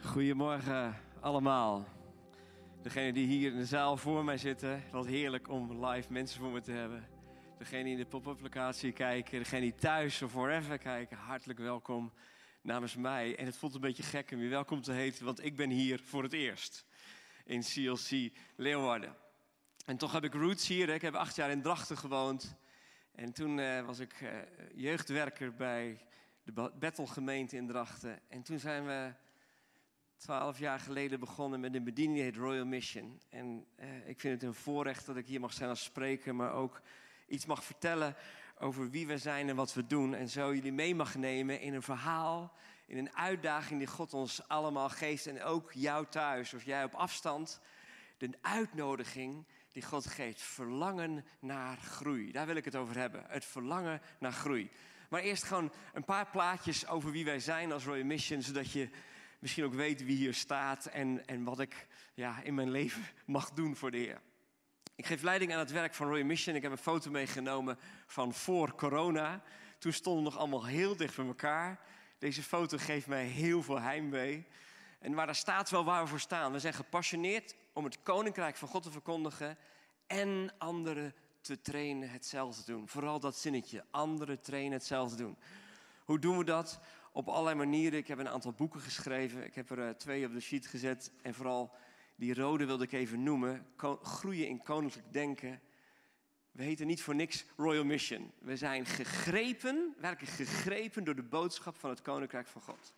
Goedemorgen allemaal. Degenen die hier in de zaal voor mij zitten, wat heerlijk om live mensen voor me te hebben. Degenen die in de pop-up locatie kijken, degenen die thuis of wherever kijken, hartelijk welkom namens mij. En het voelt een beetje gek om je welkom te heten, want ik ben hier voor het eerst in CLC Leeuwarden. En toch heb ik roots hier. Ik heb 8 jaar in Drachten gewoond. En toen was ik jeugdwerker bij de Bethelgemeente in Drachten. En toen zijn we 12 jaar geleden begonnen met een bediening die heet Royal Mission. En ik vind het een voorrecht dat ik hier mag zijn als spreker, maar ook iets mag vertellen over wie we zijn en wat we doen. En zo jullie mee mag nemen in een verhaal, in een uitdaging die God ons allemaal geeft. En ook jou thuis, of jij op afstand, de uitnodiging die God geeft. Verlangen naar groei. Daar wil ik het over hebben. Het verlangen naar groei. Maar eerst gewoon een paar plaatjes over wie wij zijn als Royal Mission, zodat je misschien ook weet wie hier staat en wat ik in mijn leven mag doen voor de Heer. Ik geef leiding aan het werk van Royal Mission. Ik heb een foto meegenomen van voor corona. Toen stonden we nog allemaal heel dicht bij elkaar. Deze foto geeft mij heel veel heimwee. Maar daar staat wel waar we voor staan. We zijn gepassioneerd om het koninkrijk van God te verkondigen en anderen te trainen hetzelfde te doen. Vooral dat zinnetje, anderen trainen hetzelfde te doen. Hoe doen we dat? Op allerlei manieren. Ik heb een aantal boeken geschreven. Ik heb er 2 op de sheet gezet. En vooral die rode wilde ik even noemen. Groeien in koninklijk denken. We heten niet voor niks Royal Mission. We zijn werkelijk gegrepen door de boodschap van het koninkrijk van God.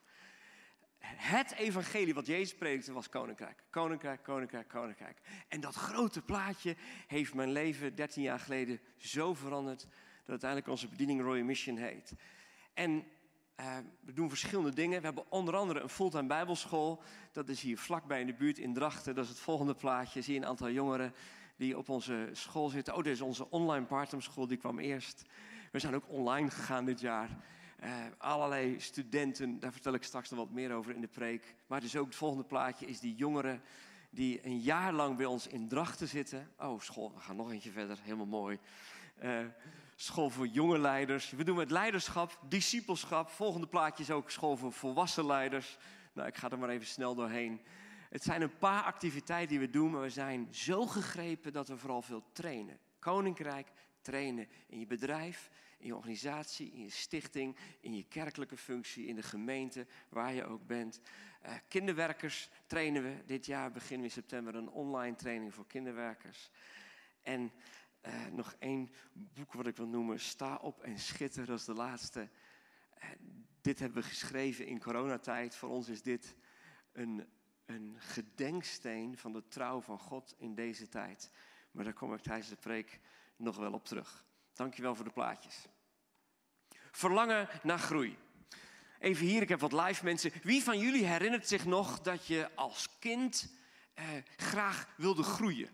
Het evangelie wat Jezus predikte was koninkrijk. Koninkrijk, koninkrijk, koninkrijk. En dat grote plaatje heeft mijn leven 13 jaar geleden zo veranderd dat uiteindelijk onze bediening Royal Mission heet. En we doen verschillende dingen. We hebben onder andere een fulltime bijbelschool. Dat is hier vlakbij in de buurt in Drachten. Dat is het volgende plaatje. Zie je een aantal jongeren die op onze school zitten. Oh, dit is onze online part-time school. Die kwam eerst. We zijn ook online gegaan dit jaar. Allerlei studenten. Daar vertel ik straks nog wat meer over in de preek. Maar dus ook het volgende plaatje is die jongeren die een jaar lang bij ons in Drachten zitten. Oh, school. We gaan nog eentje verder. Helemaal mooi. School voor jonge leiders. We doen met leiderschap, discipelschap. Volgende plaatje is ook school voor volwassen leiders. Nou, ik ga er maar even snel doorheen. Het zijn een paar activiteiten die we doen, maar we zijn zo gegrepen dat we vooral veel trainen. Koninkrijk trainen in je bedrijf, in je organisatie, in je stichting, in je kerkelijke functie, in de gemeente, waar je ook bent. Kinderwerkers trainen we. Dit jaar beginnen we in september een online training voor kinderwerkers. En nog 1 boek wat ik wil noemen, Sta op en schitter, dat is de laatste. Dit hebben we geschreven in coronatijd. Voor ons is dit een gedenksteen van de trouw van God in deze tijd. Maar daar kom ik tijdens de preek nog wel op terug. Dankjewel voor de plaatjes. Verlangen naar groei. Even hier, ik heb wat live mensen. Wie van jullie herinnert zich nog dat je als kind graag wilde groeien?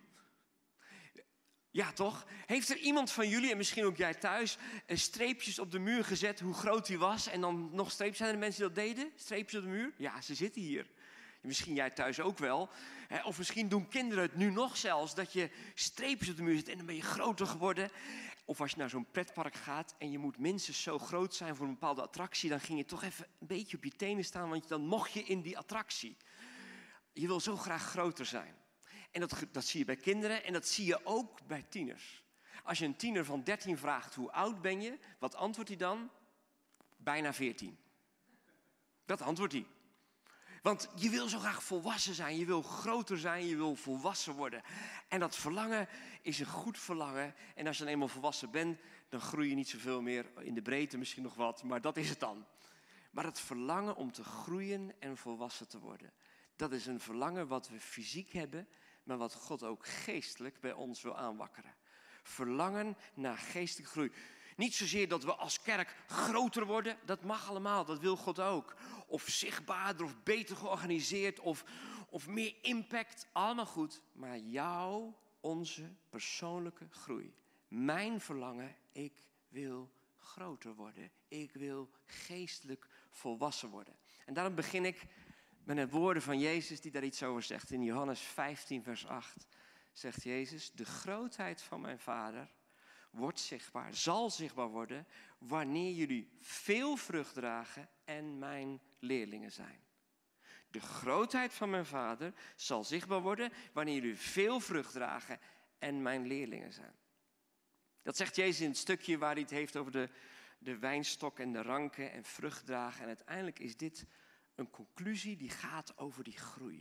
Ja, toch? Heeft er iemand van jullie, en misschien ook jij thuis, streepjes op de muur gezet hoe groot die was? En dan nog streepjes. Zijn er mensen die dat deden? Streepjes op de muur? Ja, ze zitten hier. Misschien jij thuis ook wel. Of misschien doen kinderen het nu nog zelfs, dat je streepjes op de muur zet en dan ben je groter geworden. Of als je naar zo'n pretpark gaat en je moet minstens zo groot zijn voor een bepaalde attractie, dan ging je toch even een beetje op je tenen staan, want dan mocht je in die attractie. Je wil zo graag groter zijn. En dat zie je bij kinderen en dat zie je ook bij tieners. Als je een tiener van 13 vraagt, hoe oud ben je? Wat antwoordt hij dan? Bijna 14. Dat antwoordt hij. Want je wil zo graag volwassen zijn, je wil groter zijn, je wil volwassen worden. En dat verlangen is een goed verlangen. En als je dan eenmaal volwassen bent, dan groei je niet zoveel meer. In de breedte misschien nog wat, maar dat is het dan. Maar het verlangen om te groeien en volwassen te worden, dat is een verlangen wat we fysiek hebben, maar wat God ook geestelijk bij ons wil aanwakkeren. Verlangen naar geestelijke groei. Niet zozeer dat we als kerk groter worden, dat mag allemaal, dat wil God ook. Of zichtbaarder of beter georganiseerd of meer impact, allemaal goed. Maar onze persoonlijke groei. Mijn verlangen, ik wil groter worden. Ik wil geestelijk volwassen worden. En daarom begin ik met de woorden van Jezus die daar iets over zegt. In Johannes 15 vers 8 zegt Jezus, de grootheid van mijn Vader wordt zichtbaar, zal zichtbaar worden wanneer jullie veel vrucht dragen en mijn leerlingen zijn. De grootheid van mijn Vader zal zichtbaar worden wanneer jullie veel vrucht dragen en mijn leerlingen zijn. Dat zegt Jezus in het stukje waar hij het heeft over de wijnstok en de ranken en vrucht dragen. En uiteindelijk is dit een conclusie die gaat over die groei.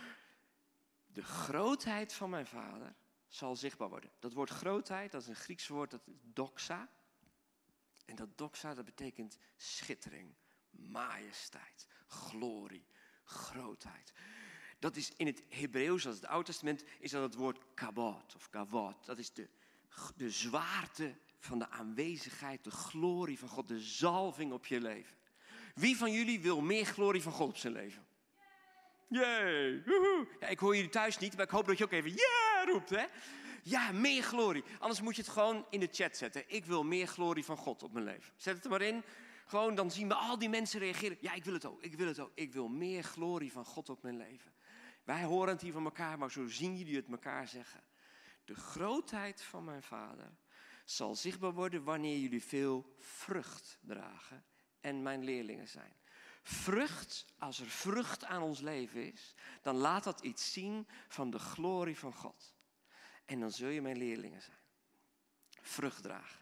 De grootheid van mijn Vader zal zichtbaar worden. Dat woord grootheid, dat is een Grieks woord, dat is doxa. En dat doxa, dat betekent schittering, majesteit, glorie, grootheid. Dat is in het Hebreeuws, als het Oude Testament, is dat het woord kabod of kavod. Dat is de zwaarte van de aanwezigheid, de glorie van God, de zalving op je leven. Wie van jullie wil meer glorie van God op zijn leven? Yay! Ja, ik hoor jullie thuis niet, maar ik hoop dat je ook even ja roept, hè? Ja, meer glorie. Anders moet je het gewoon in de chat zetten. Ik wil meer glorie van God op mijn leven. Zet het er maar in. Gewoon, dan zien we al die mensen reageren. Ja, ik wil het ook, ik wil het ook. Ik wil meer glorie van God op mijn leven. Wij horen het hier van elkaar, maar zo zien jullie het elkaar zeggen. De grootheid van mijn Vader zal zichtbaar worden wanneer jullie veel vrucht dragen en mijn leerlingen zijn. Vrucht, als er vrucht aan ons leven is, dan laat dat iets zien van de glorie van God. En dan zul je mijn leerlingen zijn. Vrucht dragen.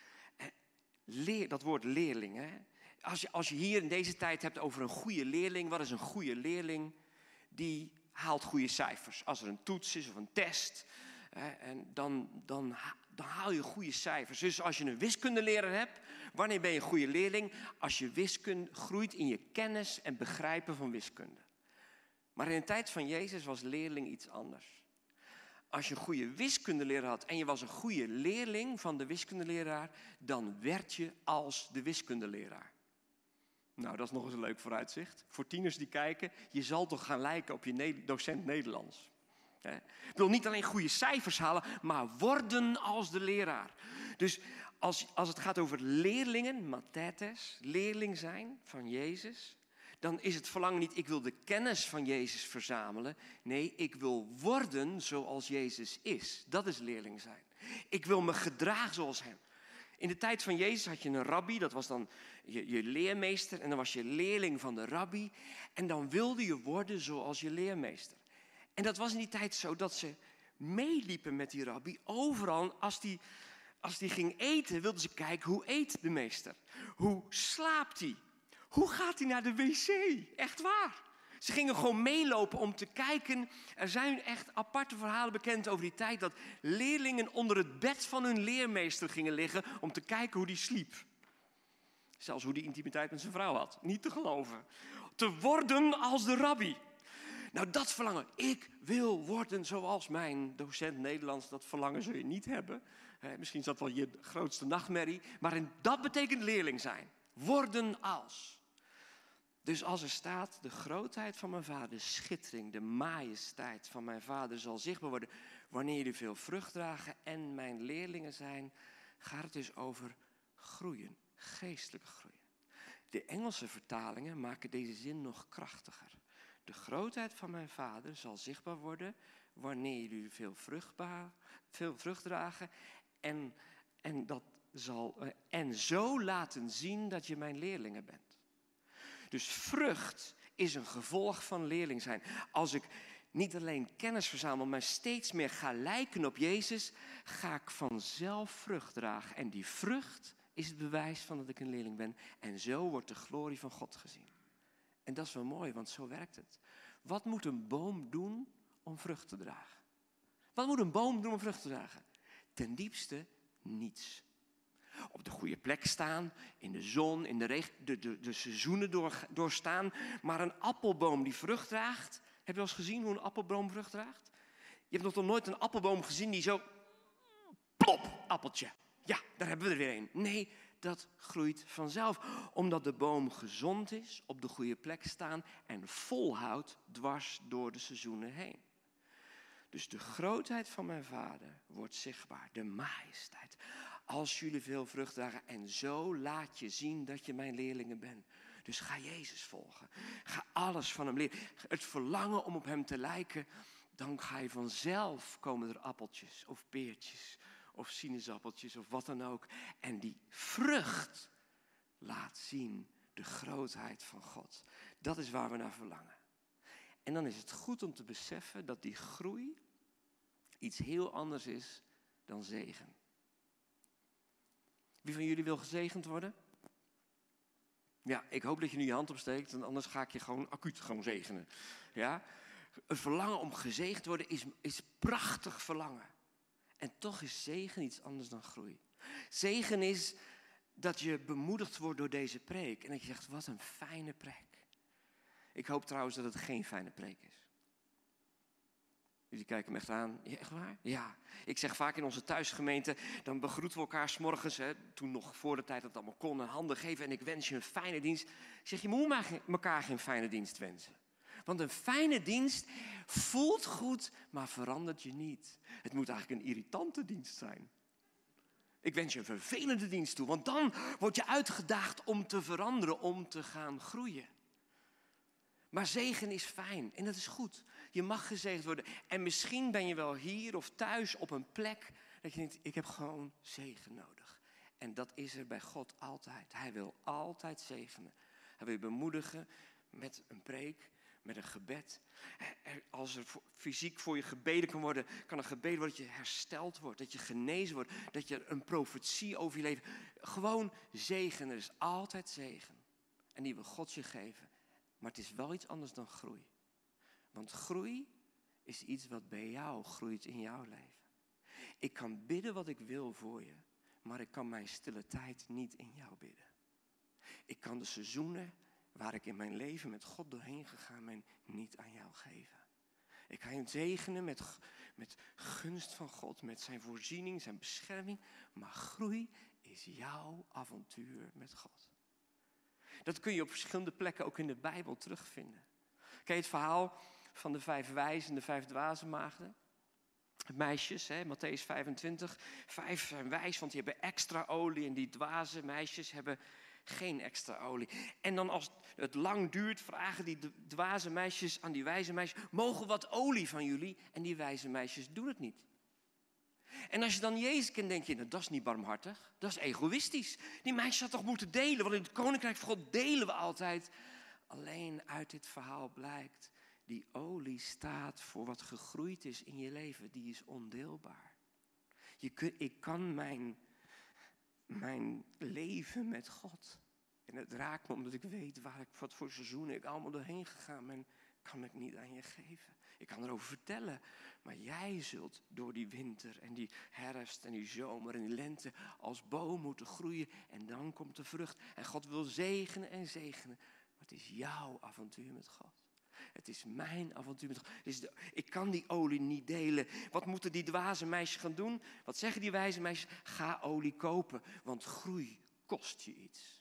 Dat woord leerling, hè? Als je hier in deze tijd hebt over een goede leerling, wat is een goede leerling? Die haalt goede cijfers. Als er een toets is of een test, en dan haal je goede cijfers. Dus als je een wiskundeleraar hebt, wanneer ben je een goede leerling? Als je groeit in je kennis en begrijpen van wiskunde. Maar in de tijd van Jezus was leerling iets anders. Als je een goede wiskundeleraar had en je was een goede leerling van de wiskundeleraar, dan werd je als de wiskundeleraar. Nou, dat is nog eens een leuk vooruitzicht. Voor tieners die kijken, je zal toch gaan lijken op je docent Nederlands. Ik wil niet alleen goede cijfers halen, maar worden als de leraar. Dus als het gaat over leerlingen, mathetes, leerling zijn van Jezus, dan is het verlangen niet, ik wil de kennis van Jezus verzamelen. Nee, ik wil worden zoals Jezus is. Dat is leerling zijn. Ik wil me gedragen zoals hem. In de tijd van Jezus had je een rabbi, dat was dan je leermeester. En dan was je leerling van de rabbi. En dan wilde je worden zoals je leermeester. En dat was in die tijd zo dat ze meeliepen met die rabbi. Overal, als die ging eten, wilden ze kijken, hoe eet de meester? Hoe slaapt hij? Hoe gaat hij naar de wc? Echt waar. Ze gingen gewoon meelopen om te kijken. Er zijn echt aparte verhalen bekend over die tijd dat leerlingen onder het bed van hun leermeester gingen liggen om te kijken hoe die sliep. Zelfs hoe die intimiteit met zijn vrouw had. Niet te geloven. Te worden als de rabbi. Nou, dat verlangen. Ik wil worden zoals mijn docent Nederlands. Dat verlangen zul je niet hebben. Misschien is dat wel je grootste nachtmerrie. Maar dat betekent leerling zijn. Worden als. Dus als er staat, de grootheid van mijn Vader, de schittering, de majesteit van mijn Vader zal zichtbaar worden. Wanneer jullie veel vrucht dragen en mijn leerlingen zijn, gaat het dus over groeien, geestelijke groeien. De Engelse vertalingen maken deze zin nog krachtiger. De grootheid van mijn Vader zal zichtbaar worden wanneer jullie veel vrucht dragen en zo laten zien dat je mijn leerlingen bent. Dus vrucht is een gevolg van leerling zijn. Als ik niet alleen kennis verzamel, maar steeds meer ga lijken op Jezus, ga ik vanzelf vrucht dragen. En die vrucht is het bewijs van dat ik een leerling ben. En zo wordt de glorie van God gezien. En dat is wel mooi, want zo werkt het. Wat moet een boom doen om vrucht te dragen? Wat moet een boom doen om vrucht te dragen? Ten diepste niets. Op de goede plek staan, in de zon, in de regen, de seizoenen doorstaan. Maar een appelboom die vrucht draagt, heb je wel eens gezien hoe een appelboom vrucht draagt? Je hebt nog nooit een appelboom gezien die zo, plop, appeltje. Ja, daar hebben we er weer een. Nee, dat groeit vanzelf. Omdat de boom gezond is, op de goede plek staan en volhoudt dwars door de seizoenen heen. Dus de grootheid van mijn Vader wordt zichtbaar, de majesteit. Als jullie veel vrucht dragen en zo laat je zien dat je mijn leerlingen bent. Dus ga Jezus volgen. Ga alles van hem leren. Het verlangen om op hem te lijken, dan ga je vanzelf komen er appeltjes of peertjes of sinaasappeltjes of wat dan ook. En die vrucht laat zien de grootheid van God. Dat is waar we naar verlangen. En dan is het goed om te beseffen dat die groei iets heel anders is dan zegen. Wie van jullie wil gezegend worden? Ja, ik hoop dat je nu je hand opsteekt, want anders ga ik je gewoon acuut zegenen. Ja? Een verlangen om gezegend te worden is prachtig verlangen. En toch is zegen iets anders dan groei. Zegen is dat je bemoedigd wordt door deze preek. En dat je zegt, wat een fijne preek. Ik hoop trouwens dat het geen fijne preek is. Jullie kijken me echt aan. Ja, echt waar? Ja. Ik zeg vaak in onze thuisgemeente, dan begroeten we elkaar 's morgens, toen nog voor de tijd dat het allemaal kon, een handen geven en ik wens je een fijne dienst. Ik zeg, je moet elkaar geen fijne dienst wensen. Want een fijne dienst voelt goed, maar verandert je niet. Het moet eigenlijk een irritante dienst zijn. Ik wens je een vervelende dienst toe, want dan word je uitgedaagd om te veranderen, om te gaan groeien. Maar zegen is fijn en dat is goed. Je mag gezegend worden. En misschien ben je wel hier of thuis op een plek dat je denkt, ik heb gewoon zegen nodig. En dat is er bij God altijd. Hij wil altijd zegenen. Hij wil je bemoedigen met een preek, met een gebed. Als er fysiek voor je gebeden kan worden, kan er gebeden worden dat je hersteld wordt, dat je genezen wordt, dat je een profetie over je leven. Gewoon zegen, er is altijd zegen. En die wil God je geven. Maar het is wel iets anders dan groei. Want groei is iets wat bij jou groeit in jouw leven. Ik kan bidden wat ik wil voor je, maar ik kan mijn stille tijd niet in jou bidden. Ik kan de seizoenen waar ik in mijn leven met God doorheen gegaan ben, niet aan jou geven. Ik ga je zegenen met gunst van God, met zijn voorziening, zijn bescherming. Maar groei is jouw avontuur met God. Dat kun je op verschillende plekken ook in de Bijbel terugvinden. Ken je het verhaal van de 5 wijzen en de 5 dwaze maagden? Meisjes, Mattheüs 25. 5 zijn wijs, want die hebben extra olie. En die dwaze meisjes hebben geen extra olie. En dan als het lang duurt, vragen die dwaze meisjes aan die wijze meisjes, mogen we wat olie van jullie? En die wijze meisjes doen het niet. En als je dan Jezus kent, denk je, nou, dat is niet barmhartig. Dat is egoïstisch. Die meisjes hadden toch moeten delen. Want in het koninkrijk van God delen we altijd. Alleen uit dit verhaal blijkt, die olie staat voor wat gegroeid is in je leven. Die is ondeelbaar. Ik kan mijn leven met God. En het raakt me omdat ik weet wat voor seizoenen ik allemaal doorheen gegaan ben. Kan ik niet aan je geven. Ik kan erover vertellen. Maar jij zult door die winter en die herfst en die zomer en die lente als boom moeten groeien. En dan komt de vrucht. En God wil zegenen en zegenen. Maar het is jouw avontuur met God. Het is mijn avontuur met God. Ik kan die olie niet delen. Wat moeten die dwaze meisjes gaan doen? Wat zeggen die wijze meisjes? Ga olie kopen. Want groei kost je iets.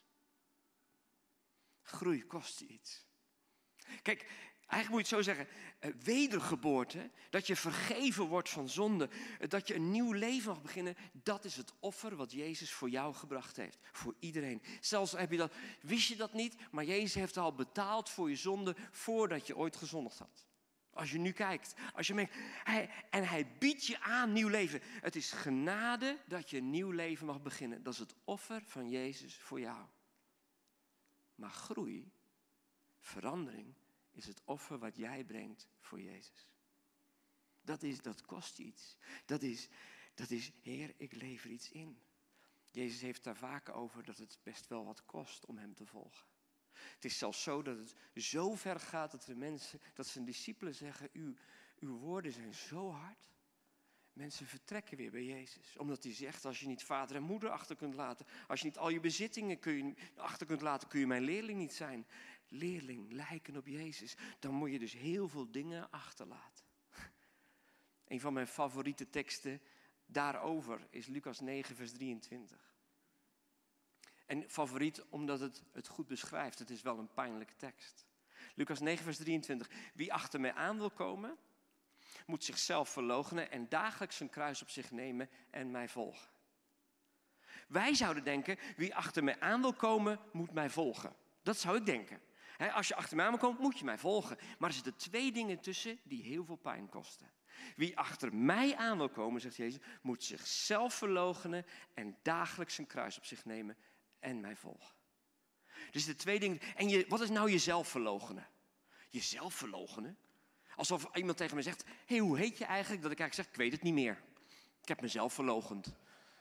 Groei kost je iets. Kijk, eigenlijk moet je het zo zeggen. Wedergeboorte, dat je vergeven wordt van zonde, dat je een nieuw leven mag beginnen, dat is het offer wat Jezus voor jou gebracht heeft. Voor iedereen. Zelfs wist je dat niet, maar Jezus heeft al betaald voor je zonde voordat je ooit gezondigd had. Als je nu kijkt, hij biedt je aan nieuw leven. Het is genade dat je een nieuw leven mag beginnen. Dat is het offer van Jezus voor jou. Maar groei, verandering, is het offer wat jij brengt voor Jezus. Dat kost je iets. Dat is, Heer, ik lever iets in. Jezus heeft daar vaak over dat het best wel wat kost om hem te volgen. Het is zelfs zo dat het zo ver gaat dat zijn discipelen zeggen, uw woorden zijn zo hard. Mensen vertrekken weer bij Jezus. Omdat hij zegt, als je niet vader en moeder achter kunt laten, als je niet al je bezittingen achter kunt laten, kun je mijn leerling niet zijn. Leerling, lijken op Jezus. Dan moet je dus heel veel dingen achterlaten. Een van mijn favoriete teksten daarover is Lucas 9, vers 23. En favoriet omdat het goed beschrijft. Het is wel een pijnlijke tekst. Lucas 9, vers 23. Wie achter mij aan wil komen, moet zichzelf verloochenen en dagelijks zijn kruis op zich nemen en mij volgen. Wij zouden denken, wie achter mij aan wil komen, moet mij volgen. Dat zou ik denken. Als je achter mij aan wil komen, moet je mij volgen. Maar er zitten 2 dingen tussen die heel veel pijn kosten. Wie achter mij aan wil komen, zegt Jezus, moet zichzelf verloochenen en dagelijks zijn kruis op zich nemen en mij volgen. Dus de 2 dingen. En wat is nou jezelf verloochenen? Jezelf verloochenen? Alsof iemand tegen me zegt, hé, hoe heet je eigenlijk? Dat ik eigenlijk zeg, ik weet het niet meer. Ik heb mezelf verloochend.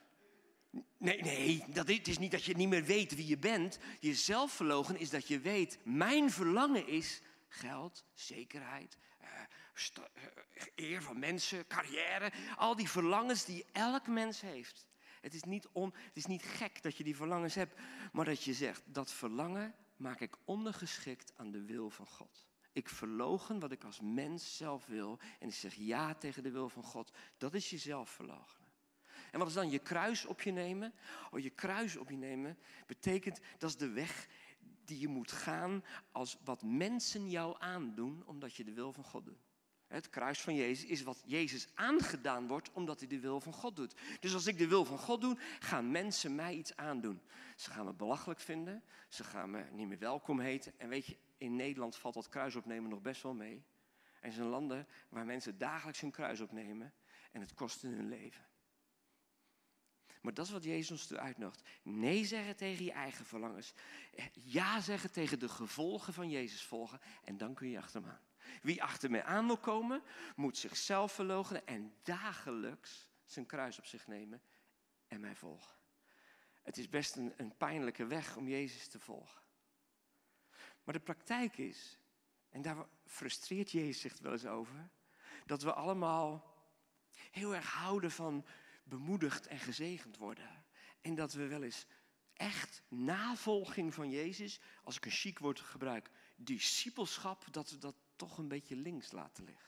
Nee, het is niet dat je niet meer weet wie je bent. Jezelf verloochenen is dat je weet, mijn verlangen is geld, zekerheid, eer van mensen, carrière. Al die verlangens die elk mens heeft. Het is niet gek dat je die verlangens hebt, maar dat je zegt, dat verlangen maak ik ondergeschikt aan de wil van God. Ik verloochen wat ik als mens zelf wil en ik zeg ja tegen de wil van God. Dat is jezelf verloochenen. En wat is dan je kruis op je nemen? Je kruis op je nemen betekent, dat is de weg die je moet gaan als wat mensen jou aandoen, omdat je de wil van God doet. Het kruis van Jezus is wat Jezus aangedaan wordt, omdat hij de wil van God doet. Dus als ik de wil van God doe, gaan mensen mij iets aandoen. Ze gaan me belachelijk vinden, ze gaan me niet meer welkom heten. En weet je, in Nederland valt dat kruis opnemen nog best wel mee. Er zijn landen waar mensen dagelijks hun kruis opnemen en het kost hun leven. Maar dat is wat Jezus ons toe uitnodigt. Nee zeggen tegen je eigen verlangens. Ja zeggen tegen de gevolgen van Jezus volgen. En dan kun je achter hem aan. Wie achter mij aan wil komen, moet zichzelf verloochenen en dagelijks zijn kruis op zich nemen en mij volgen. Het is best een pijnlijke weg om Jezus te volgen. Maar de praktijk is, en daar frustreert Jezus zich wel eens over, dat we allemaal heel erg houden van bemoedigd en gezegend worden. En dat we wel eens echt navolging van Jezus, als ik een chic woord gebruik, discipelschap, dat we dat toch een beetje links laten liggen.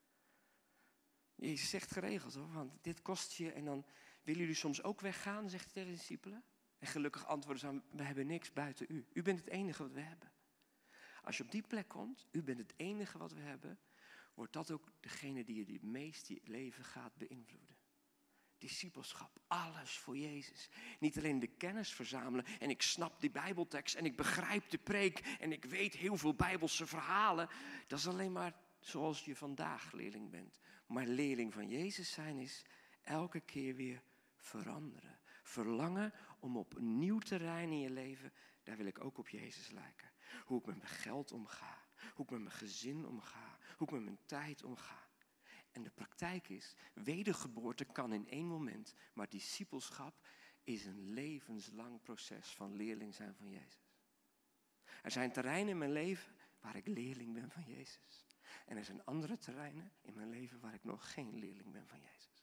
Jezus zegt geregeld hoor, want dit kost je en dan willen jullie soms ook weggaan, zegt hij tegen de discipelen. En gelukkig antwoorden ze aan, we hebben niks buiten u. U bent het enige wat we hebben. Als je op die plek komt, u bent het enige wat we hebben, wordt dat ook degene die je het meest je leven gaat beïnvloeden. Discipelschap, alles voor Jezus. Niet alleen de kennis verzamelen en ik snap die Bijbeltekst en ik begrijp de preek en ik weet heel veel Bijbelse verhalen. Dat is alleen maar zoals je vandaag leerling bent. Maar leerling van Jezus zijn is elke keer weer veranderen. Verlangen om op een nieuw terrein in je leven, daar wil ik ook op Jezus lijken. Hoe ik met mijn geld omga, hoe ik met mijn gezin omga, hoe ik met mijn tijd omga. En de praktijk is, wedergeboorte kan in één moment, maar discipelschap is een levenslang proces van leerling zijn van Jezus. Er zijn terreinen in mijn leven waar ik leerling ben van Jezus. En er zijn andere terreinen in mijn leven waar ik nog geen leerling ben van Jezus.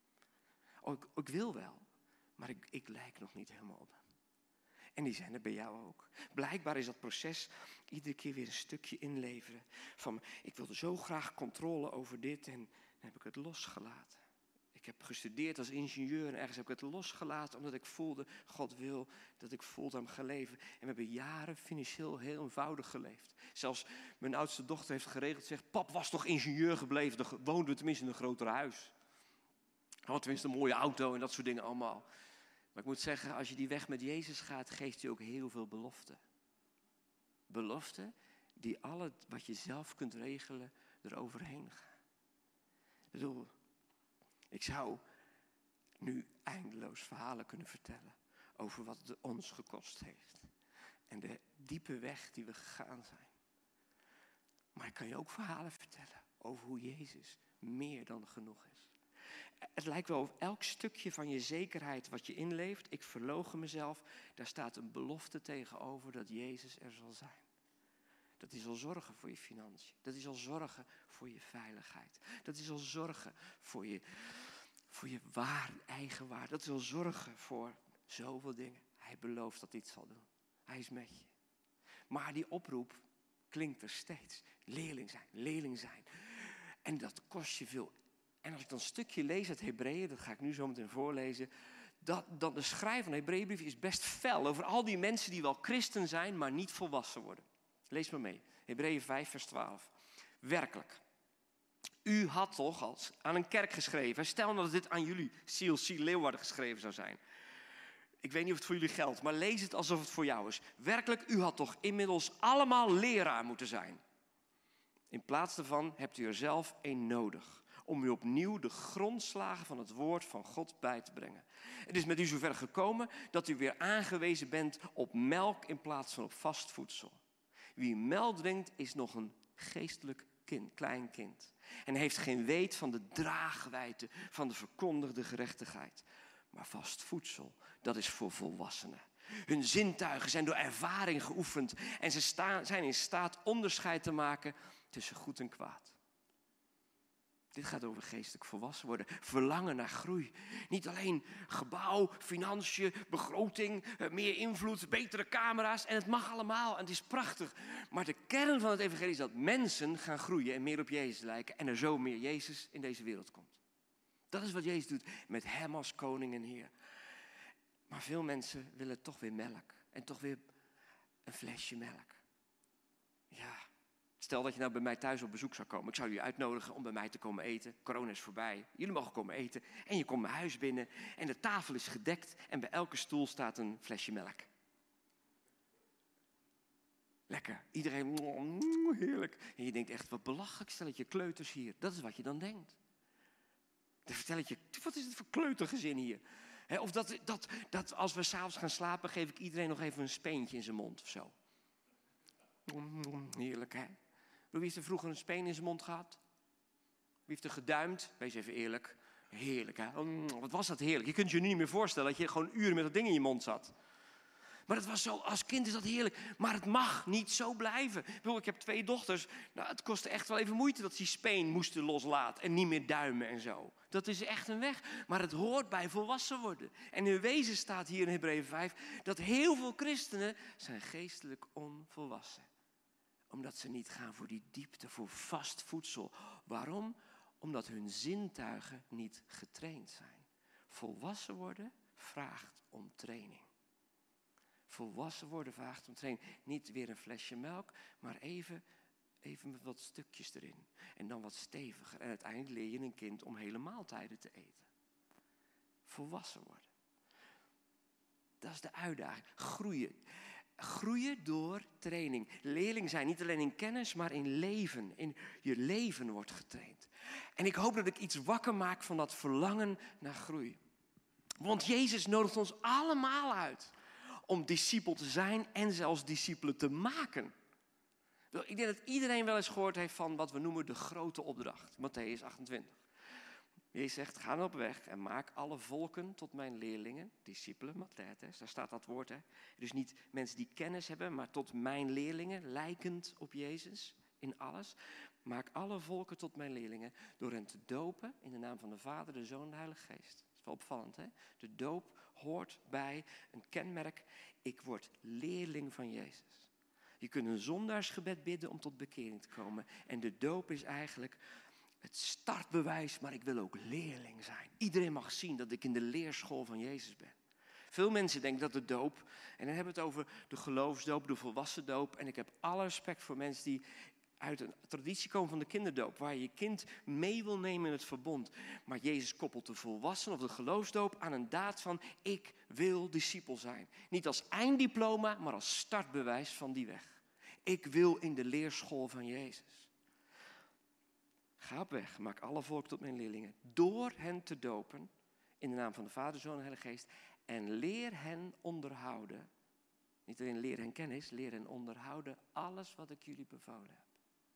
Ik wil wel, maar ik lijk nog niet helemaal op hem. En die zijn er bij jou ook. Blijkbaar is dat proces iedere keer weer een stukje inleveren. Van, ik wilde zo graag controle over dit en dan heb ik het losgelaten. Ik heb gestudeerd als ingenieur en ergens heb ik het losgelaten omdat ik voelde, God wil dat ik fulltime ga leven. En we hebben jaren financieel heel eenvoudig geleefd. Zelfs mijn oudste dochter heeft geregeld, zegt, pap was toch ingenieur gebleven, dan woonden we tenminste in een groter huis. Had tenminste een mooie auto en dat soort dingen allemaal. Maar ik moet zeggen, als je die weg met Jezus gaat, geeft hij ook heel veel beloften. Beloften die al wat je zelf kunt regelen eroverheen gaan. Ik bedoel, ik zou nu eindeloos verhalen kunnen vertellen over wat het ons gekost heeft. En de diepe weg die we gegaan zijn. Maar ik kan je ook verhalen vertellen over hoe Jezus meer dan genoeg is. Het lijkt wel of elk stukje van je zekerheid wat je inleeft, ik verloochen mezelf, daar staat een belofte tegenover dat Jezus er zal zijn. Dat hij zal zorgen voor je financiën. Dat hij zal zorgen voor je veiligheid. Dat hij zal zorgen voor je eigen waarde. Dat hij zal zorgen voor zoveel dingen. Hij belooft dat hij het zal doen. Hij is met je. Maar die oproep klinkt er steeds. Leerling zijn, leerling zijn. En dat kost je veel. En als ik dan een stukje lees uit Hebreeën, dat ga ik nu zo meteen voorlezen. Dat de schrijver van de Hebreeënbrief is best fel over al die mensen die wel christen zijn, maar niet volwassen worden. Lees maar mee. Hebreeën 5 vers 12. Werkelijk. U had toch als aan een kerk geschreven. Stel dat dit aan jullie CLC Leeuwarden geschreven zou zijn. Ik weet niet of het voor jullie geldt, maar lees het alsof het voor jou is. Werkelijk, u had toch inmiddels allemaal leraar moeten zijn. In plaats daarvan hebt u er zelf één nodig. Om u opnieuw de grondslagen van het woord van God bij te brengen. Het is met u zover gekomen dat u weer aangewezen bent op melk in plaats van op vast voedsel. Wie melk drinkt is nog een geestelijk klein kind. En heeft geen weet van de draagwijdte van de verkondigde gerechtigheid. Maar vast voedsel, dat is voor volwassenen. Hun zintuigen zijn door ervaring geoefend. En ze zijn in staat onderscheid te maken tussen goed en kwaad. Dit gaat over geestelijk volwassen worden. Verlangen naar groei. Niet alleen gebouw, financiën, begroting, meer invloed, betere camera's. En het mag allemaal en het is prachtig. Maar de kern van het evangelie is dat mensen gaan groeien en meer op Jezus lijken. En er zo meer Jezus in deze wereld komt. Dat is wat Jezus doet met hem als koning en heer. Maar veel mensen willen toch weer melk. En toch weer een flesje melk. Ja. Stel dat je nou bij mij thuis op bezoek zou komen. Ik zou jullie uitnodigen om bij mij te komen eten. Corona is voorbij. Jullie mogen komen eten. En je komt mijn huis binnen. En de tafel is gedekt. En bij elke stoel staat een flesje melk. Lekker. Iedereen, heerlijk. En je denkt echt, wat belachelijk stelletje kleuters hier. Dat is wat je dan denkt. Dan vertel ik je, wat is het voor kleutergezin hier? Of dat als we s'avonds gaan slapen, geef ik iedereen nog even een speentje in zijn mond of zo. Heerlijk, hè? Wie heeft er vroeger een speen in zijn mond gehad? Wie heeft er geduimd? Wees even eerlijk. Heerlijk, hè? Wat was dat heerlijk. Je kunt je nu niet meer voorstellen dat je gewoon uren met dat ding in je mond zat. Maar het was zo, als kind is dat heerlijk. Maar het mag niet zo blijven. Ik heb 2 dochters. Nou, het kostte echt wel even moeite dat ze die speen moesten loslaten. En niet meer duimen en zo. Dat is echt een weg. Maar het hoort bij volwassen worden. En in wezen staat hier in Hebreeën 5... dat heel veel christenen zijn geestelijk onvolwassen. Omdat ze niet gaan voor die diepte, voor vast voedsel. Waarom? Omdat hun zintuigen niet getraind zijn. Volwassen worden vraagt om training. Volwassen worden vraagt om training. Niet weer een flesje melk, maar even met wat stukjes erin. En dan wat steviger. En uiteindelijk leer je een kind om hele maaltijden te eten. Volwassen worden. Dat is de uitdaging. Groeien. Groeien door training. Leerling zijn, niet alleen in kennis, maar in leven. In je leven wordt getraind. En ik hoop dat ik iets wakker maak van dat verlangen naar groei. Want Jezus nodigt ons allemaal uit om discipel te zijn en zelfs discipelen te maken. Ik denk dat iedereen wel eens gehoord heeft van wat we noemen de grote opdracht. Mattheüs 28. Jezus zegt, ga dan op weg en maak alle volken tot mijn leerlingen, discipelen, mathetes, daar staat dat woord. Hè? Dus niet mensen die kennis hebben, maar tot mijn leerlingen, lijkend op Jezus in alles. Maak alle volken tot mijn leerlingen door hen te dopen in de naam van de Vader, de Zoon en de Heilige Geest. Dat is wel opvallend, hè? De doop hoort bij een kenmerk, ik word leerling van Jezus. Je kunt een zondaarsgebed bidden om tot bekering te komen. En de doop is eigenlijk het startbewijs, maar ik wil ook leerling zijn. Iedereen mag zien dat ik in de leerschool van Jezus ben. Veel mensen denken dat de doop, en dan hebben we het over de geloofsdoop, de volwassen doop. En ik heb alle respect voor mensen die uit een traditie komen van de kinderdoop, waar je je kind mee wil nemen in het verbond. Maar Jezus koppelt de volwassen of de geloofsdoop aan een daad van ik wil discipel zijn. Niet als einddiploma, maar als startbewijs van die weg. Ik wil in de leerschool van Jezus. Ga op weg, maak alle volken tot mijn leerlingen. Door hen te dopen, in de naam van de Vader, Zoon en Heilige Geest. En leer hen onderhouden. Niet alleen leer hen kennis, leer hen onderhouden alles wat ik jullie bevolen heb.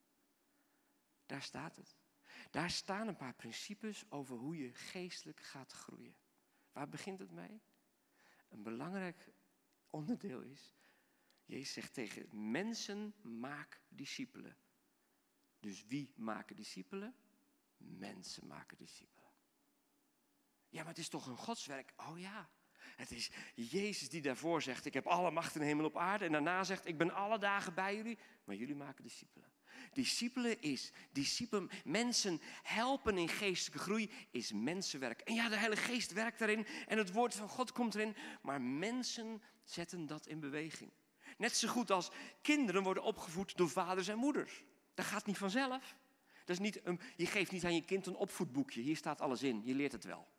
Daar staat het. Daar staan een paar principes over hoe je geestelijk gaat groeien. Waar begint het mee? Een belangrijk onderdeel is, Jezus zegt tegen mensen, maak discipelen. Dus wie maken discipelen? Mensen maken discipelen. Ja, maar het is toch een godswerk? Oh ja, het is Jezus die daarvoor zegt, ik heb alle macht in de hemel en op aarde. En daarna zegt, ik ben alle dagen bij jullie, maar jullie maken discipelen. Discipelen, mensen helpen in geestelijke groei is mensenwerk. En ja, de Heilige Geest werkt daarin en het woord van God komt erin. Maar mensen zetten dat in beweging. Net zo goed als kinderen worden opgevoed door vaders en moeders. Dat gaat niet vanzelf. Dat is niet je geeft niet aan je kind een opvoedboekje. Hier staat alles in, je leert het wel.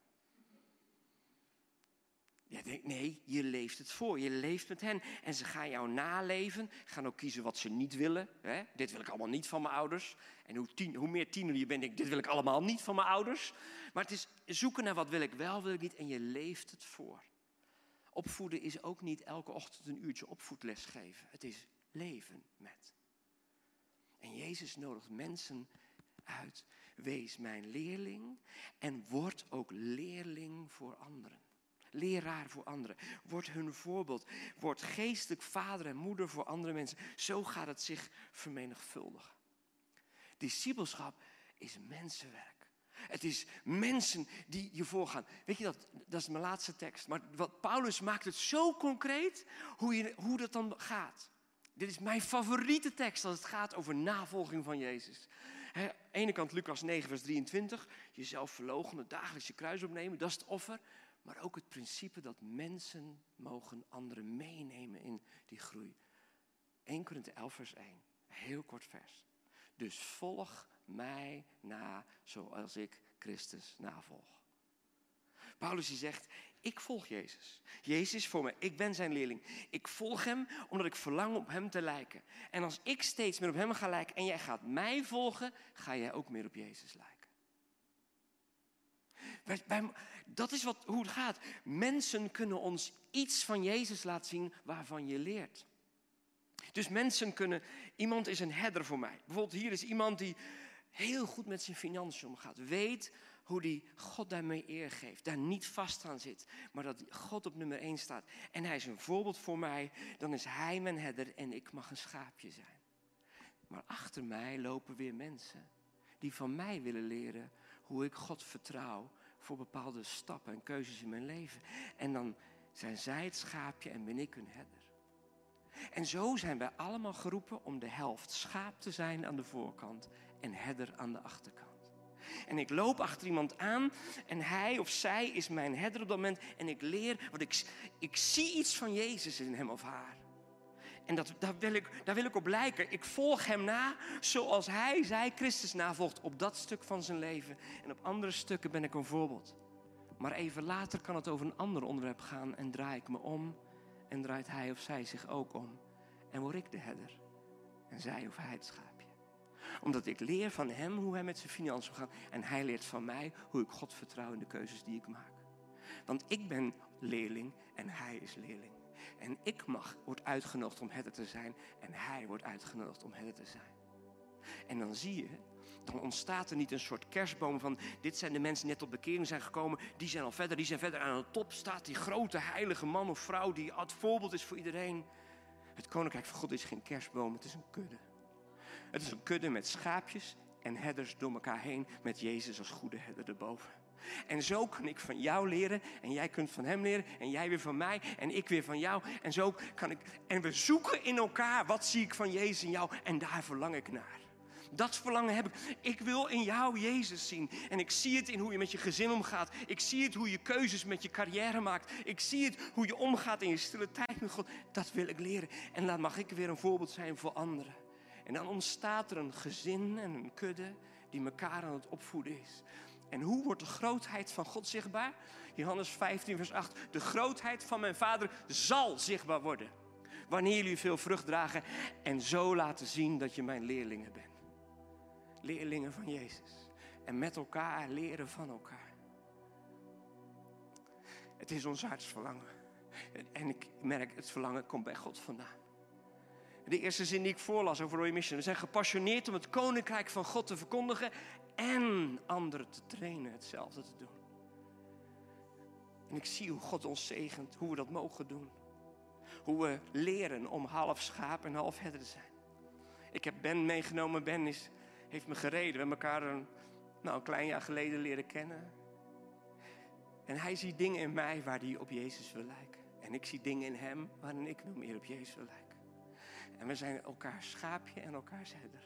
Je denkt, nee, je leeft het voor. Je leeft met hen. En ze gaan jou naleven. Gaan ook kiezen wat ze niet willen. Hè? Dit wil ik allemaal niet van mijn ouders. En hoe meer tiener je bent, denk ik, dit wil ik allemaal niet van mijn ouders. Maar het is zoeken naar wat wil ik wel, wil ik niet. En je leeft het voor. Opvoeden is ook niet elke ochtend een uurtje opvoedles geven. Het is leven met. En Jezus nodigt mensen uit. Wees mijn leerling en word ook leerling voor anderen. Leraar voor anderen. Word hun voorbeeld. Word geestelijk vader en moeder voor andere mensen. Zo gaat het zich vermenigvuldigen. Discipelschap is mensenwerk. Het is mensen die je voorgaan. Weet je, dat is mijn laatste tekst. Maar wat Paulus maakt het zo concreet hoe dat dan gaat. Dit is mijn favoriete tekst als het gaat over navolging van Jezus. Aan de ene kant Lucas 9 vers 23. Jezelf verloochenen, dagelijks je kruis opnemen. Dat is het offer. Maar ook het principe dat mensen mogen anderen meenemen in die groei. 1 Korinthe 11 vers 1. Heel kort vers. Dus volg mij na zoals ik Christus navolg. Paulus die zegt, ik volg Jezus. Jezus is voor mij, ik ben zijn leerling. Ik volg hem omdat ik verlang op hem te lijken. En als ik steeds meer op hem ga lijken en jij gaat mij volgen, ga jij ook meer op Jezus lijken. Dat is hoe het gaat. Mensen kunnen ons iets van Jezus laten zien waarvan je leert. Dus mensen kunnen, iemand is een herder voor mij. Bijvoorbeeld hier is iemand die heel goed met zijn financiën omgaat. Weet hoe die God daarmee eer geeft. Daar niet vast aan zit. Maar dat God op nummer 1 staat. En hij is een voorbeeld voor mij. Dan is hij mijn herder en ik mag een schaapje zijn. Maar achter mij lopen weer mensen. Die van mij willen leren hoe ik God vertrouw. Voor bepaalde stappen en keuzes in mijn leven. En dan zijn zij het schaapje en ben ik hun herder. En zo zijn wij allemaal geroepen om de helft schaap te zijn aan de voorkant en herder aan de achterkant. En ik loop achter iemand aan en hij of zij is mijn herder op dat moment. En ik leer, want ik zie iets van Jezus in hem of haar. En daar wil ik op lijken. Ik volg hem na zoals zij Christus navolgt op dat stuk van zijn leven. En op andere stukken ben ik een voorbeeld. Maar even later kan het over een ander onderwerp gaan en draai ik me om. En draait hij of zij zich ook om. En word ik de herder. En zij of hij het schaapje. Omdat ik leer van hem hoe hij met zijn financiën omgaat. En hij leert van mij hoe ik God vertrouw in de keuzes die ik maak. Want ik ben leerling en hij is leerling. En ik word uitgenodigd om herder te zijn. En hij wordt uitgenodigd om herder te zijn. En dan zie je, dan ontstaat er niet een soort kerstboom van, dit zijn de mensen die net tot bekering zijn gekomen, die zijn al verder, die zijn verder. Aan de top staat die grote heilige man of vrouw die het voorbeeld is voor iedereen. Het koninkrijk van God is geen kerstboom, het is een kudde. Het is een kudde met schaapjes en herders door elkaar heen, met Jezus als goede herder erboven. En zo kan ik van jou leren en jij kunt van hem leren en jij weer van mij en ik weer van jou. En zo kan ik, en we zoeken in elkaar, wat zie ik van Jezus in jou en daar verlang ik naar. Dat verlangen heb ik. Ik wil in jou Jezus zien. En ik zie het in hoe je met je gezin omgaat. Ik zie het hoe je keuzes met je carrière maakt. Ik zie het hoe je omgaat in je stille tijd met God. Dat wil ik leren. En dan mag ik weer een voorbeeld zijn voor anderen. En dan ontstaat er een gezin en een kudde die elkaar aan het opvoeden is. En hoe wordt de grootheid van God zichtbaar? Johannes 15 vers 8. De grootheid van mijn Vader zal zichtbaar worden. Wanneer jullie veel vrucht dragen en zo laten zien dat je mijn leerlingen bent. Leerlingen van Jezus. En met elkaar leren van elkaar. Het is ons hartsverlangen. En ik merk, het verlangen komt bij God vandaan. De eerste zin die ik voorlas over Roy Mission. We zijn gepassioneerd om het koninkrijk van God te verkondigen. En anderen te trainen hetzelfde te doen. En ik zie hoe God ons zegent. Hoe we dat mogen doen. Hoe we leren om half schaap en half herder te zijn. Ik heb Ben meegenomen. Ben heeft me gereden. We hebben elkaar een klein jaar geleden leren kennen. En hij ziet dingen in mij waar hij op Jezus wil lijken. En ik zie dingen in hem waarin ik nog meer op Jezus wil lijken. En we zijn elkaar schaapje en elkaars herder.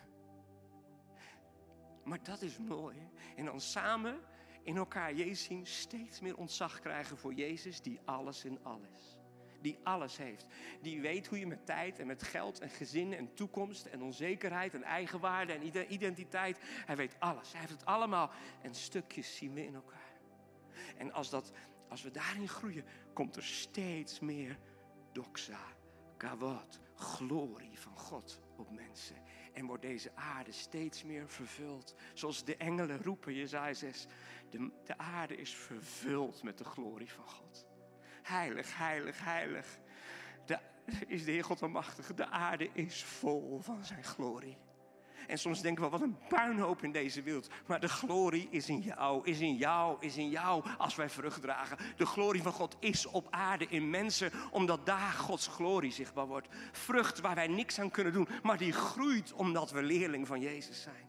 Maar dat is mooi. Hè? En dan samen in elkaar Jezus zien, steeds meer ontzag krijgen voor Jezus die alles in alles. Die alles heeft. Die weet hoe je met tijd en met geld en gezin en toekomst en onzekerheid en eigenwaarde en identiteit. Hij weet alles. Hij heeft het allemaal. En stukjes zien we in elkaar. En als we daarin groeien, komt er steeds meer doxa, kavod, glorie van God op mensen. En wordt deze aarde steeds meer vervuld. Zoals de engelen roepen, Jesaja 6. De aarde is vervuld met de glorie van God. Heilig, heilig, heilig. Is de Heer God almachtig. De aarde is vol van zijn glorie. En soms denken we, wat een puinhoop in deze wereld. Maar de glorie is in jou, is in jou, is in jou als wij vrucht dragen. De glorie van God is op aarde in mensen, omdat daar Gods glorie zichtbaar wordt. Vrucht waar wij niks aan kunnen doen, maar die groeit omdat we leerling van Jezus zijn.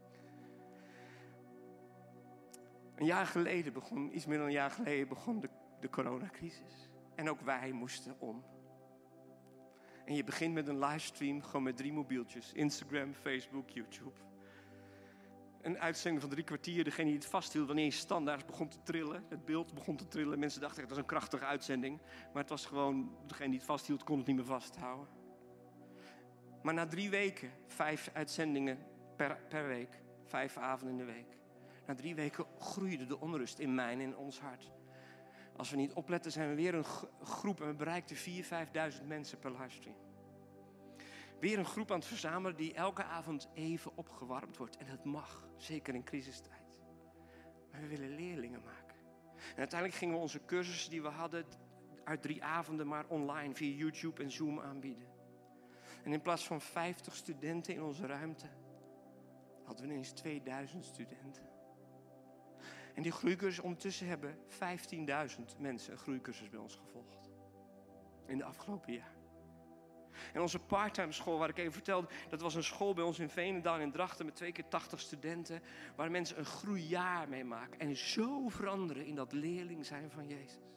Iets meer dan een jaar geleden begon de coronacrisis. En ook wij moesten om. En je begint met een livestream, gewoon met 3 mobieltjes. Instagram, Facebook, YouTube. Een uitzending van 3 kwartier. Degene die het vasthield wanneer je standaard begon te trillen. Het beeld begon te trillen. Mensen dachten echt, dat is een krachtige uitzending. Maar het was gewoon, degene die het vasthield kon het niet meer vasthouden. Maar na 3 weken, 5 uitzendingen per week. 5 avonden in de week. Na 3 weken groeide de onrust in mijn en in ons hart. Als we niet opletten zijn we weer een groep en we bereikten 4.000-5.000 mensen per livestream. Weer een groep aan het verzamelen die elke avond even opgewarmd wordt. En dat mag, zeker in crisistijd. Maar we willen leerlingen maken. En uiteindelijk gingen we onze cursussen die we hadden uit 3 avonden maar online via YouTube en Zoom aanbieden. En in plaats van 50 studenten in onze ruimte hadden we ineens 2000 studenten. En die groeicursus, ondertussen hebben 15.000 mensen een groeicursus bij ons gevolgd. In de afgelopen jaar. En onze parttime school, waar ik even vertelde, dat was een school bij ons in Veenendaal en in Drachten met 2 keer 80 studenten. Waar mensen een groeijaar mee maken. En zo veranderen in dat leerling zijn van Jezus.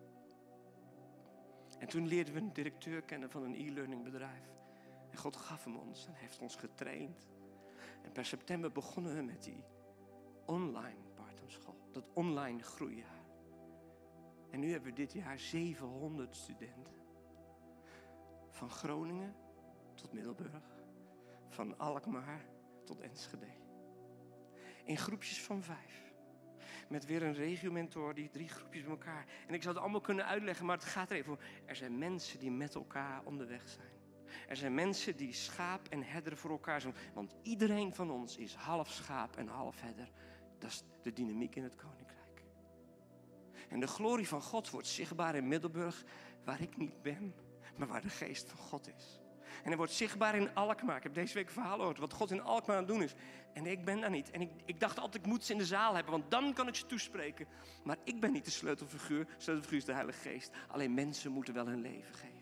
En toen leerden we een directeur kennen van een e-learning bedrijf. En God gaf hem ons en heeft ons getraind. En per september begonnen we met die online parttime school. Dat online groeijaar. En nu hebben we dit jaar 700 studenten. Van Groningen tot Middelburg. Van Alkmaar tot Enschede. In groepjes van 5. Met weer een regiomentor, die 3 groepjes bij elkaar. En ik zou het allemaal kunnen uitleggen, maar het gaat er even om. Er zijn mensen die met elkaar onderweg zijn. Er zijn mensen die schaap en herder voor elkaar zijn. Want iedereen van ons is half schaap en half herder. Dat is de dynamiek in het koninkrijk. En de glorie van God wordt zichtbaar in Middelburg, waar ik niet ben, maar waar de geest van God is. En hij wordt zichtbaar in Alkmaar. Ik heb deze week een verhaal gehoord wat God in Alkmaar aan het doen is. En ik ben daar niet. En ik dacht altijd, ik moet ze in de zaal hebben, want dan kan ik ze toespreken. Maar ik ben niet de sleutelfiguur. De sleutelfiguur is de Heilige Geest. Alleen mensen moeten wel hun leven geven.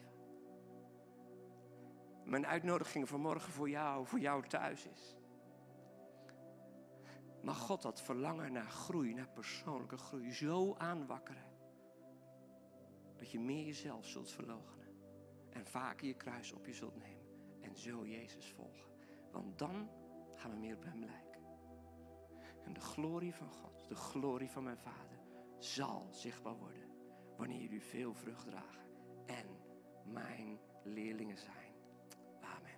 Mijn uitnodiging vanmorgen voor jou thuis is. Mag God dat verlangen naar groei, naar persoonlijke groei, zo aanwakkeren. Dat je meer jezelf zult verloochenen. En vaker je kruis op je zult nemen. En zo Jezus volgen. Want dan gaan we meer op hem lijken. En de glorie van God, de glorie van mijn Vader, zal zichtbaar worden. Wanneer jullie veel vrucht dragen. En mijn leerlingen zijn. Amen.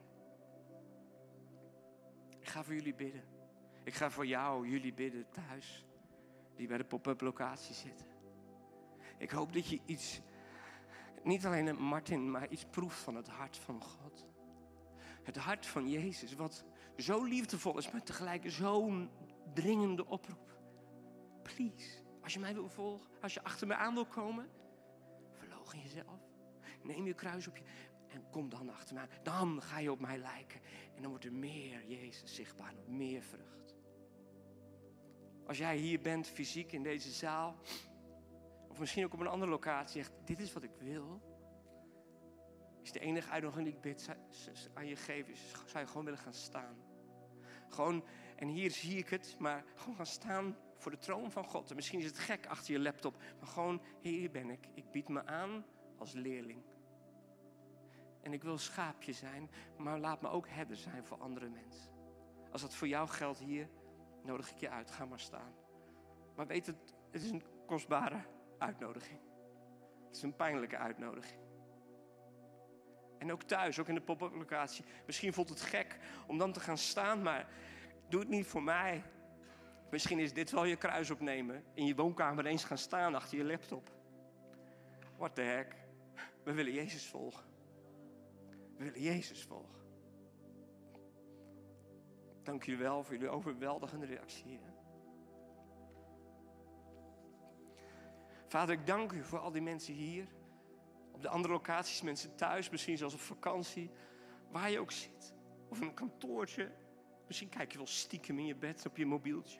Ik ga voor jullie bidden. Ik ga voor jullie bidden thuis. Die bij de pop-up locatie zitten. Ik hoop dat je iets, niet alleen een Martin, maar iets proeft van het hart van God. Het hart van Jezus, wat zo liefdevol is, maar tegelijk zo'n dringende oproep. Please, als je mij wil volgen, als je achter mij aan wil komen, verloochen jezelf. Neem je kruis op je en kom dan achter mij. Dan ga je op mij lijken. En dan wordt er meer Jezus zichtbaar, nog meer vrucht. Als jij hier bent, fysiek in deze zaal, of misschien ook op een andere locatie, zegt, dit is wat ik wil. Is de enige uitnodiging die ik bid aan je geef, is, zou je gewoon willen gaan staan. Gewoon, en hier zie ik het, maar gewoon gaan staan voor de troon van God. En misschien is het gek achter je laptop, maar gewoon, hier ben ik. Ik bied me aan als leerling. En ik wil schaapje zijn, maar laat me ook herder zijn voor andere mensen. Als dat voor jou geldt hier, nodig ik je uit. Ga maar staan. Maar weet het is een kostbare uitnodiging. Het is een pijnlijke uitnodiging. En ook thuis, ook in de pop-up locatie. Misschien voelt het gek om dan te gaan staan, maar doe het niet voor mij. Misschien is dit wel je kruis opnemen. In je woonkamer eens gaan staan achter je laptop. What the heck? We willen Jezus volgen. We willen Jezus volgen. Dank jullie wel voor jullie overweldigende reactie hier. Vader, ik dank u voor al die mensen hier. Op de andere locaties, mensen thuis, misschien zelfs op vakantie. Waar je ook zit. Of in een kantoortje. Misschien kijk je wel stiekem in je bed op je mobieltje.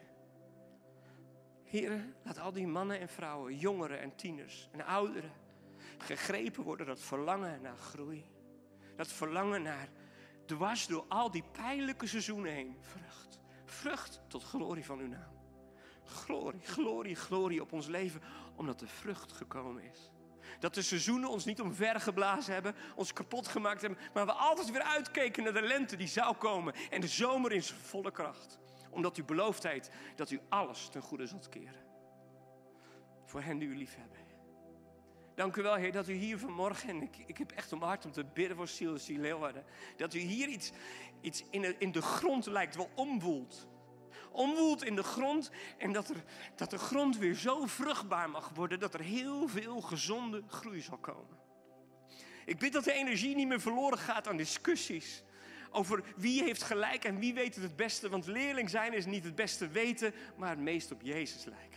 Heren, laat al die mannen en vrouwen, jongeren en tieners en ouderen gegrepen worden. Dat verlangen naar groei. Dat verlangen naar dwars door al die pijnlijke seizoenen heen. Vrucht. Vrucht tot glorie van uw naam. Glorie, glorie, glorie op ons leven. Omdat de vrucht gekomen is. Dat de seizoenen ons niet omvergeblazen hebben. Ons kapot gemaakt hebben. Maar we altijd weer uitkeken naar de lente die zou komen. En de zomer in zijn volle kracht. Omdat u beloofd heeft dat u alles ten goede zult keren. Voor hen die u lief hebben. Dank u wel, Heer, dat u hier vanmorgen, en ik heb echt om hart om te bidden voor Ziel Leeuwarden, dat u hier iets in de grond lijkt wel omwoelt. Omwoelt in de grond en dat de grond weer zo vruchtbaar mag worden dat er heel veel gezonde groei zal komen. Ik bid dat de energie niet meer verloren gaat aan discussies over wie heeft gelijk en wie weet het beste. Want leerling zijn is niet het beste weten, maar het meest op Jezus lijken.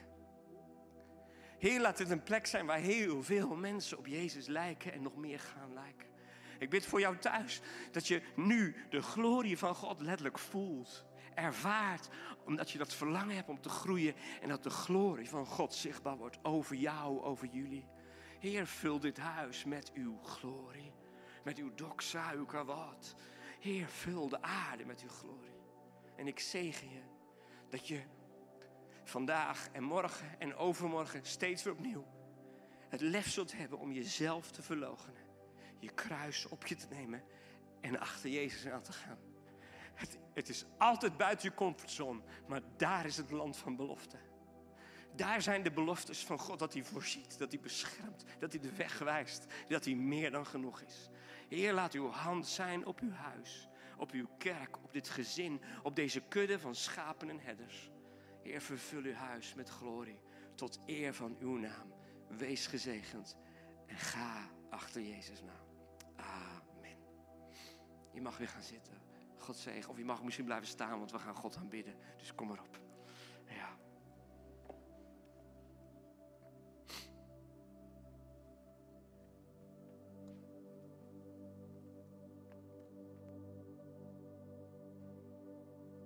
Heer, laat dit een plek zijn waar heel veel mensen op Jezus lijken en nog meer gaan lijken. Ik bid voor jou thuis dat je nu de glorie van God letterlijk voelt, ervaart, omdat je dat verlangen hebt om te groeien en dat de glorie van God zichtbaar wordt over jou, over jullie. Heer, vul dit huis met uw glorie, met uw doxa, uw kawat. Heer, vul de aarde met uw glorie. En ik zegen je dat je vandaag en morgen en overmorgen steeds weer opnieuw het lef zult hebben om jezelf te verloochenen. Je kruis op je te nemen en achter Jezus aan te gaan. Het is altijd buiten je comfortzone, maar daar is het land van belofte. Daar zijn de beloftes van God, dat hij voorziet, dat hij beschermt, dat hij de weg wijst, dat hij meer dan genoeg is. Heer, laat uw hand zijn op uw huis, op uw kerk, op dit gezin, op deze kudde van schapen en herders. Heer, vervul uw huis met glorie, tot eer van uw naam. Wees gezegend en ga achter Jezus naam. Amen. Je mag weer gaan zitten. God zegen. Of je mag misschien blijven staan, want we gaan God aanbidden. Dus kom maar op. Ja.